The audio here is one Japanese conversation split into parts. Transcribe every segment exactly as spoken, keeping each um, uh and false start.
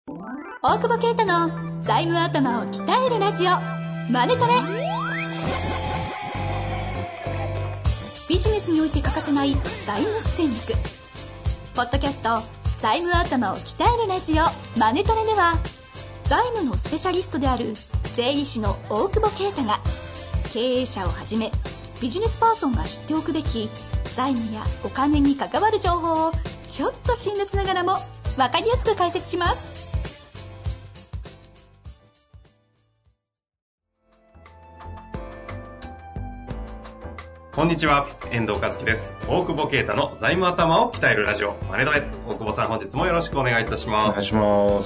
大久保啓太の財務頭を鍛えるラジオマネトレ。ビジネスにおいて欠かせない財務戦略。ポッドキャスト財務頭を鍛えるラジオマネトレでは、財務のスペシャリストである税理士の大久保啓太が、経営者をはじめビジネスパーソンが知っておくべき財務やお金に関わる情報をちょっと辛辣ながらも分かりやすく解説します。 こんにちは、遠藤和樹です。大久保啓太の財務頭を鍛えるラジオマネトレ。大久保さん、本日もよろしくお願いいたします。 お願いします。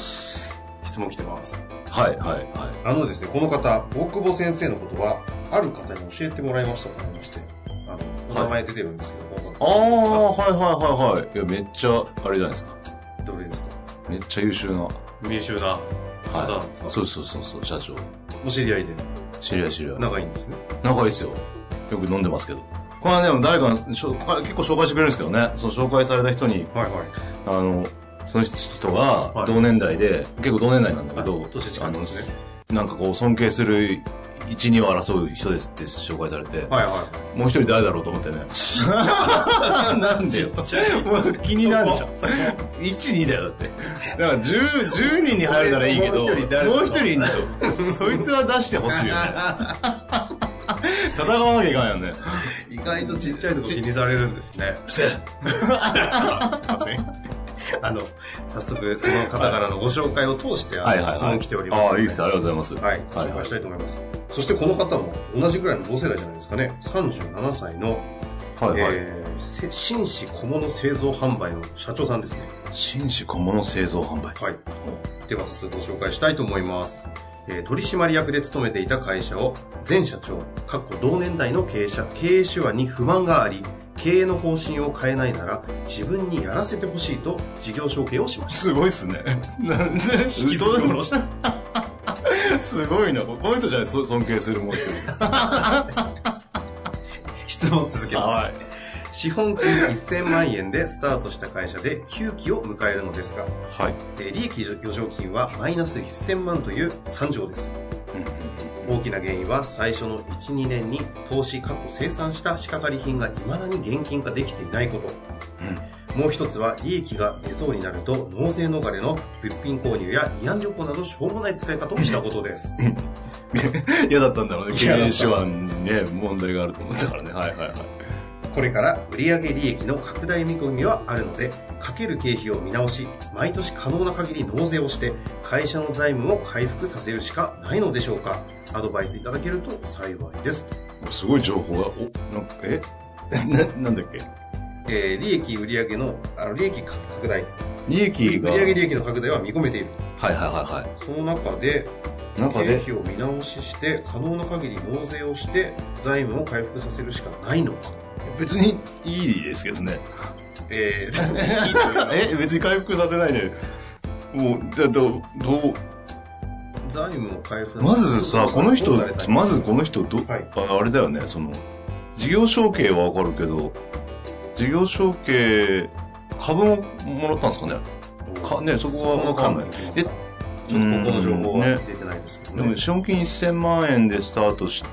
質問来てます。 はいはいはい。 あのですね、この方、大久保先生のことはある方に教えてもらいましたと思いまして、あのお名前出てるんですけど、はい、 ああはいはいはいはい。いやめっちゃあれじゃないですか。 どれですか？ めっちゃ優秀な優秀な方なんですか？ はい、そうそうそうそう、社長。 お知り合いで。 知り合い知り合い。 仲いいんですね。 仲いいですよ。よく飲んでますけど。これはね、誰か結構紹介してくれるんですけどね、その紹介された人に、はいはい、あの、その人が同年代で、はい、結構同年代なんだけど、 年近いですね。 なんかこう尊敬する一、二を争う人ですって紹介されて、 はいはい、 もう一人誰だろうと思ってね。なんでよ。もう気になるじゃん。いち、にだよだって。だからじゅう、じゅうにんに入るならいいけど、もう一人いるんでしょ。そいつは出してほしいよね。戦わなきゃいかないよね。 意外とちっちゃいとこ気にされるんですね。 せすいません。あの、早速その方からのご紹介を通して、あの、質問来ております、ね。 ああ、いいです。ありがとうございます。 はい。紹介したいと思います。はいはい、そしてこの方も同じぐらいの同世代じゃないですかね。さんじゅうななさいの、はいはい、えー、紳士小物製造販売の社長さんですね。 紳士小物製造販売。 はい。では早速ご紹介したいと思います。えー、取締役で勤めていた会社を前社長、かっこ同年代の経営者、経営手腕に不満があり、経営の方針を変えないなら自分にやらせてほしいと事業承継をしました。 すごいっすね。なんで引き取りしたすごいな。この人じゃない、尊敬するもう一人。 質問続けます。 はい。 資本金せんまんえんでスタートした会社できゅうきを迎えるのですが、はい、利益余剰金はマイナスせんまんという惨状です。うん、大きな原因は最初のいち、にねんに投資過去生産した仕掛かり品が未だに現金化できていないこと。うん、もう一つは利益が出そうになると納税逃れの物品購入や慰安旅行などしょうもない使い方をしたことです。 嫌だったんだろうね。経営手腕にね、問題があると思ったからね。はいはいはい。 これから売上利益の拡大見込みはあるので、かける経費を見直し、毎年可能な限り納税をして、会社の財務を回復させるしかないのでしょうか。アドバイスいただけると幸いです。 すごい情報が、お、なんか、えな、なんだっけえー、利益売上の、あの、利益拡大。 利益が。 売上利益の拡大は見込めている。 はいはいはいはい。 その中で、 中で経費を見直しして、可能な限り納税をして、財務を回復させるしかないのか。 別にいいですけどね。 えー、 え、別に回復させないで。もう、だどう、どう。 財務を回復まずさ、この人、まずこの人、ど、はい、あ、あれだよね、その、事業承継はわかるけど、事業承継、株ももらったんですかね。かね、そこはわかんない。 え、ちょっとここの情報は出てないですけどね。 でも、資本金せんまんえんでスタートして、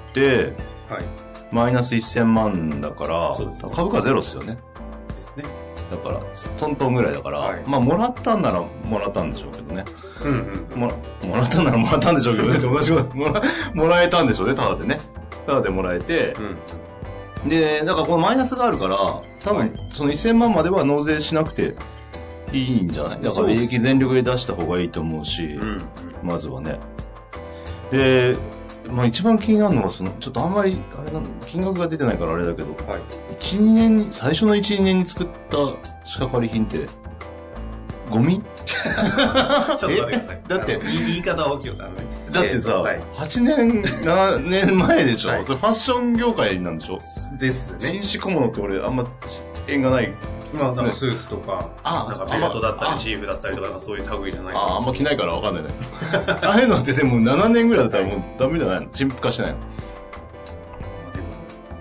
はい。マイナスせんまんだから、そうですね、株価ゼロっすよね。 ですね。 だから、トントンぐらいだから、はい、まあ、もらったんならもらったんでしょうけどね。うんうん。もら、もらったんならもらったんでしょうけどね。友達がもら、もらえたんでしょうね、ただでね。ただでもらえて、うん、で、だからこのマイナスがあるから、多分、そのせんまんまでは納税しなくていいんじゃない？だから利益全力で出した方がいいと思うし、うん、まずはね。で、まあ一番気になるのはそのちょっとあんまりあれなん金額が出てないからあれだけど、はい、いち、にねんに最初のいち、にねんに作った仕掛かり品ってゴミ？ ちょっと待ってください。 だって言い方は大きいよね。 だってさ、えーはい、はちねんななねんまえでしょ、はい、それファッション業界なんでしょですね。 紳士小物って俺あんま縁がない。 まあ、なんかスーツとか、あなんかベルトだったりチーフだったりとか、そういう類じゃないかな。 ああ、あんま着ないからわかんないね。ああいうのってでもななねんぐらいだったらもうダメじゃないの？陳腐化してないの？ まあでも、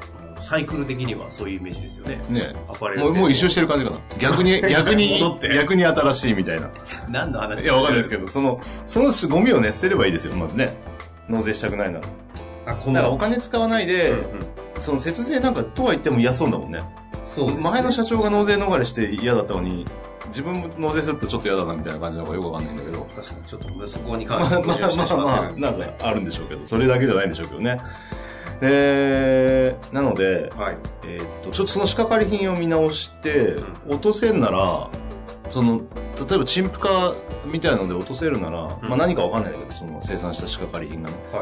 サイクル的にはそういうイメージですよね。 ねアパレルもう、もう一周してる感じかな。逆に、逆に、 戻って逆に新しいみたいな。 何の話いや、わかんないですけど、その、そのゴミをね、捨てればいいですよ、まずね。納税したくないなら。 あ、こだからお金使わないで、 うんうん、 その節税なんかとは言っても嫌そうだもんね。 そうですね。 前の社長が納税逃れして嫌だったのに、自分も納税するとちょっと嫌だなみたいな感じなのかよくわかんないんだけど。 確かにちょっとそこに関して矛盾してしまってるんですよね。 まあまあまあ、なんかあるんでしょうけど、それだけじゃないんでしょうけどね。えー、なので、 はい、 えー、っと、ちょっとその仕掛かり品を見直して、うん、落とせんなら、その、例えば陳腐化みたいなので落とせるなら、うん、まあ何かわかんないんだけど、その生産した仕掛かり品がね。はい。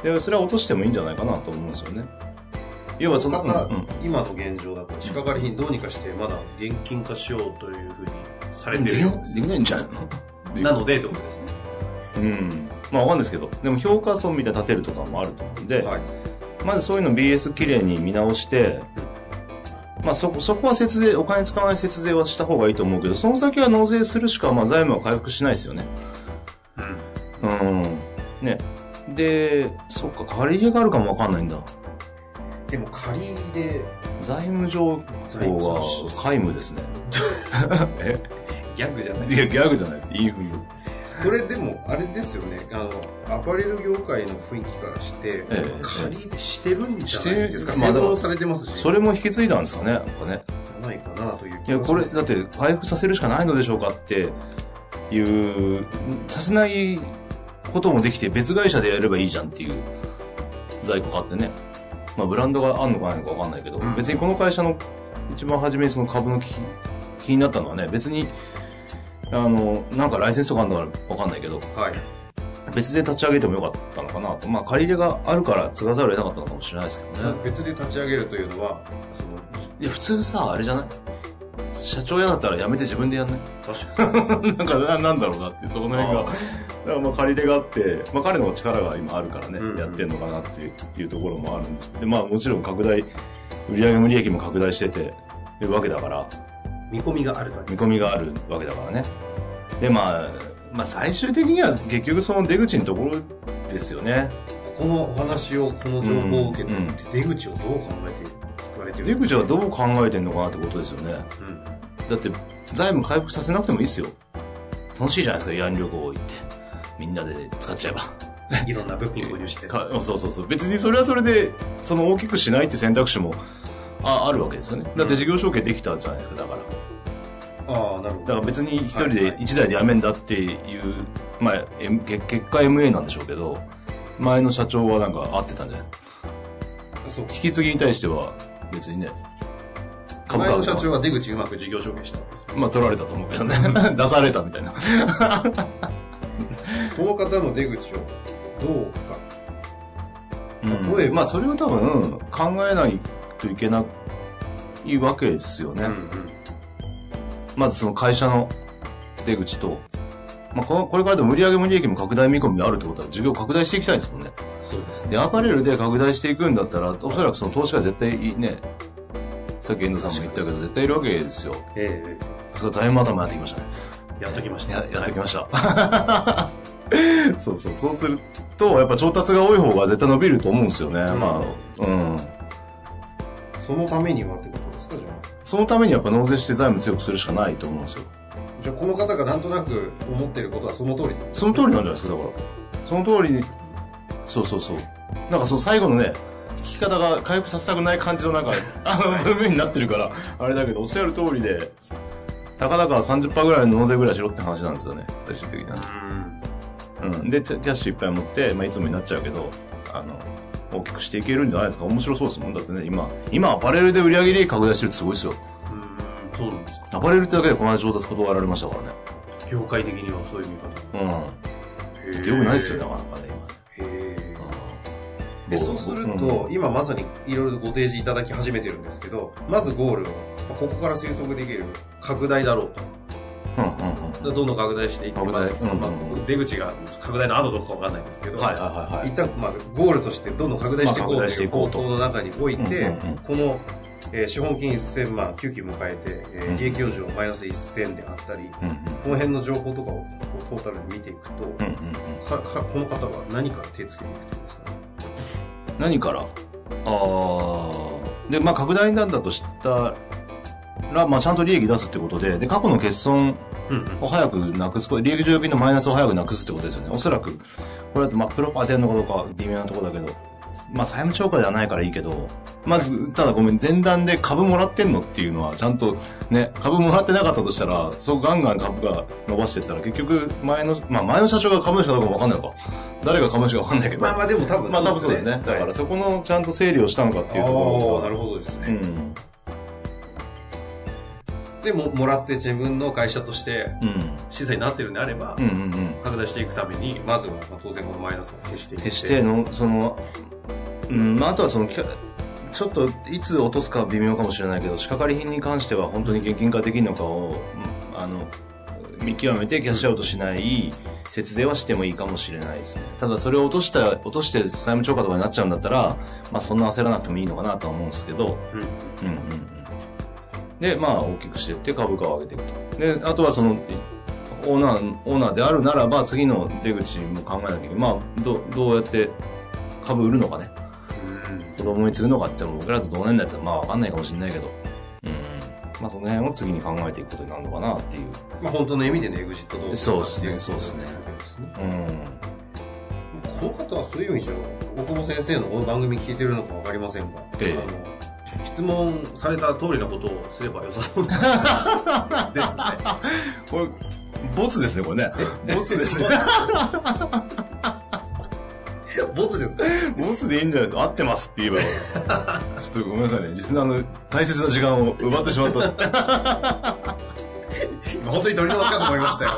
で、それは落としてもいいんじゃないかなと思うんですよね。要はその、 うんうん、今の現状だと仕掛かり品どうにかしてまだ現金化しようというふうにされてるんです。 できないんじゃないのなのでってことですね。 うん。まあわかんないですけど、でも評価損みたいな立てるとかもあると思うんで、はい、まずそういうの ビーエス きれいに見直して、うん、まあそ、そこは節税、お金使わない節税はした方がいいと思うけど、その先は納税するしか、まあ財務は回復しないですよね。うん。うん。ね。で、そっか、借り入れがあるかもわかんないんだ。 でも借り入れ財務情報は皆無ですね。 えギャグじゃないいや、ギャグじゃないです。いい風に。 これでも、あれですよね。あの、アパレル業界の雰囲気からして、ええ、借り入れしてるんじゃないですか。製造されてますし。 それも引き継いだんですかね。やっぱね。 じゃないかなという気がします。 いや、これ、だって回復させるしかないのでしょうかっていう、させないこともできて別会社でやればいいじゃんっていう在庫買ってね。まあブランドがあんのかないのかわかんないけど、うん、別にこの会社の一番初めにその株の気気になったのはね、別に、あの、なんかライセンスとかあるのかわかんないけど、はい、別で立ち上げてもよかったのかなと。まあ借り入れがあるから継がざるを得なかったのかもしれないですけどね。 別で立ち上げるというのは、その、 いや普通さ、あれじゃない社長嫌だったら辞めて自分でやんない確かに。なんかな、なんだろうなっていう、そこの辺が。だからまあ借り入れがあって、まあ彼の力が今あるからね、うんうん、やってんのかなっていうところもあるんです。で、まあもちろん拡大、売上無利益も拡大しててるわけだから。 見込みがあると。 見込みがあるわけだからね。で、まあ、まあ最終的には結局その出口のところですよね。 ここのお話を、この情報を受けて、うんうん、出口をどう考えて聞かれてるんですか？ 出口はどう考えてんのかなってことですよね。うんだって財務回復させなくてもいいっすよ。楽しいじゃないですか、慰安旅行行ってみんなで使っちゃえばいろんな物品購入してそうそうそう。別にそれはそれでその大きくしないって選択肢も あ, あるわけですよね。だって事業承継できたじゃないですか。だからああなるほど。だから別に一人で一台で辞めんだっていう、はいはい、まあ結果 エムエー なんでしょうけど、前の社長はなんか合ってたんじゃない。そう引き継ぎに対しては別にね。 前の社長は出口うまく事業承継したんです。 まあ取られたと思うけどね。出されたみたいな。 この方の出口をどう置くか。 うん、例えばまあそれを多分考えないといけないわけですよね。うんうん、まずその会社の出口と、まあこのこれからでも売上無利益も拡大見込みがあるってことは事業拡大していきたいんですもんね。 そうですね。 でアパレルで拡大していくんだったら、おそらくその投資家絶対ね。さっき遠藤さんも言ったけど絶対いるわけですよ。ええー。それ財務頭やってきましたね。 やっときました。 や、やっときました。はい、そうそう。そうすると、やっぱ調達が多い方が絶対伸びると思うんですよね。うん、まあ、うん。 そのためにはってことですか、じゃあ。 そのためにやっぱ納税して財務強くするしかないと思うんですよ。 じゃあこの方がなんとなく思ってることはその通りで、ね、 その通りなんじゃないですか、だから。その通りに、そうそうそう。なんかその最後のね、聞き方が回復させたくない感じのなんか、あの、文面になってるから、あれだけど、おっしゃる通りで、たかだか さんじゅっパーセント ぐらいの納税ぐらいしろって話なんですよね、最終的には。うん。うん。で、キャッシュいっぱい持って、まあ、いつもになっちゃうけど、あの、大きくしていけるんじゃないですか。面白そうですもん。だってね、今、今アパレルで売上利益拡大してるってすごいですよ。 うん、そうなんですか。 アパレルってだけでこの間調達断られましたからね。 業界的にはそういう見方。 うん。よくないですよ、なかなかね、今。へー。 でそうすると、うん、今まさにいろいろご提示いただき始めてるんですけど、まずゴールを、ここから推測できる拡大だろうと。うんうんうん、どんどん拡大していって、まあうんまあ、出口が拡大の後どうかわかんないんですけど、はいはいはいはい、一旦、まあ、ゴールとしてどんどん拡大していこうという方向の中において、うんうんうん、この、えー、資本金せんまん、きゅうきを迎えて、えー、利益余剰マイナスせんであったり、うんうん、この辺の情報とかをこうトータルで見ていくと、うんうんうん、かかこの方は何から手つけていくというんですかね。 何からあで、まあ、拡大なんだとしたら、まあ、ちゃんと利益出すってことで、で、過去の欠損を早くなくすこと、利益剰余金のマイナスを早くなくすってことですよね。おそらく、これだと、まあ、プロパーティーのことか微妙なところだけど、まあ、債務超過ではないからいいけど、まず、ただごめん、前段で株もらってんのっていうのは、ちゃんとね、株もらってなかったとしたら、そうガンガン株が伸ばしていったら、結局、前の、まあ、前の社長が株主かどうかもわかんないのか。誰が株主かわかんないけど。 まあまあでも多分そうですね。まあ多分そうだよね。だからそこのちゃんと整理をしたのかっていうところが。なるほどですね。 うん。 でも、もらって自分の会社として、資産になってるんであれば、うんうんうん、拡大していくために、まずは当然このマイナスを消していって。 消しての、その、うん、まああとはその、ちょっといつ落とすかは微妙かもしれないけど、仕掛かり品に関しては本当に現金化できるのかを、あの、見極めてキャッシュアウトしない節税はしてもいいかもしれないですね。ただそれを落とした、落として債務超過とかになっちゃうんだったら、まあそんな焦らなくてもいいのかなとは思うんですけど、うん、うんうんうんで、まあ大きくしていって株価を上げていくと。で、あとはその、オーナー、オーナーであるならば次の出口も考えなきゃいけない。まあ、ど、どうやって株売るのかね。子供に継ぐのかって言っても僕らと同年代ってまあわかんないかもしれないけど、うん、まあその辺を次に考えていくことになるのかなっていう。 まあ本当の意味でね、エグジットどうそうですね、そうですね。うん。 この方はそういう意味じゃ、大久保先生のこの番組聞いてるのかわかりませんが、ええ、あの質問された通りのことをすればよさそうですね。 これ、ボツですね、これね。ボツですね。 ボツですか？ ボツでいいんじゃないですか。合ってますって言えば。ちょっとごめんなさいね。リスナーの大切な時間を奪ってしまった。 本当に取り戻しかと思いましたよ。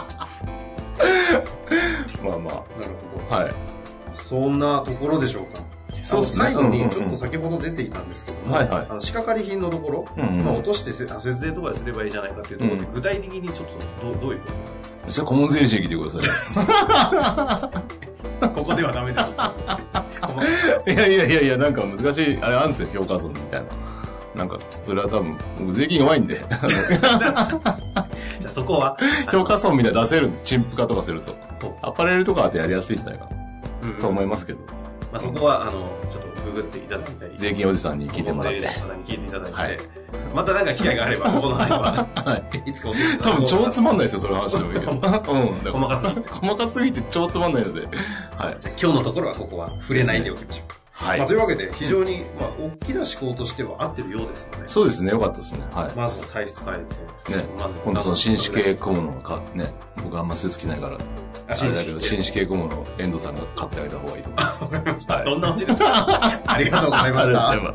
まあまあ。 なるほど。 はい。 そんなところでしょうか。そうですね。最後にちょっと先ほど出ていたんですけども、はいはい、あの仕掛かり品のところ、うんうん、まあ、落として節税とかすればいいじゃないかっていうところで、うん、具体的にちょっとどうどういうことなんですか？ じゃあ顧問税理士に来てください。ここではダメですか？ いやいやいやいや、なんか難しい、あれあるんですよ、評価損みたいな。なんか、それは多分、僕税金弱いんで。じゃあそこは評価損みたいな出せるんです。陳腐化とかすると。アパレルとかってやりやすいんじゃないかな、うんうん、と思いますけど。 まあ、そこは、あの、ちょっとググっていただいたり。 税金おじさんに聞いてもらって。 税金おじさんに聞いていただいて。はい、またなんか機会があれば、ここの範囲は、はい、いつか教えていただき多分超つまんないですよ、その話でもいいけど。うん。 細かすぎて。 細かすぎて超つまんないので。はい。 じゃあ今日のところはここは触れないでおきましょう。はい。まあ、というわけで、非常に、まあ、大きな思考としては合ってるようですので。 そうですね、よかったですね。はい。 まず体質変えて。 ね。まず今度その紳士系小物か、ね。僕あんまスーツ着ないから。あれだけど、紳士系小物を遠藤さんが買ってあげた方がいいと思います。 わかりました。はい、どんなオチですか？ありがとうございました。ありがとうございます。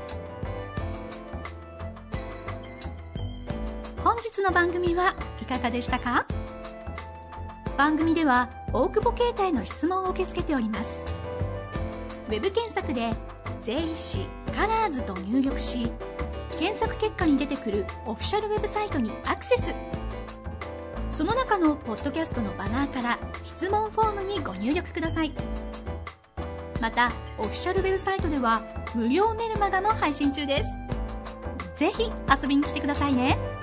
本日の番組はいかがでしたか？番組では大久保携帯の質問を受け付けております。ウェブ検索で税理士カラーズと入力し、検索結果に出てくるオフィシャルウェブサイトにアクセス。その中のポッドキャストのバナーから質問フォームにご入力ください。またオフィシャルウェブサイトでは無料メルマガも配信中です。ぜひ遊びに来てくださいね。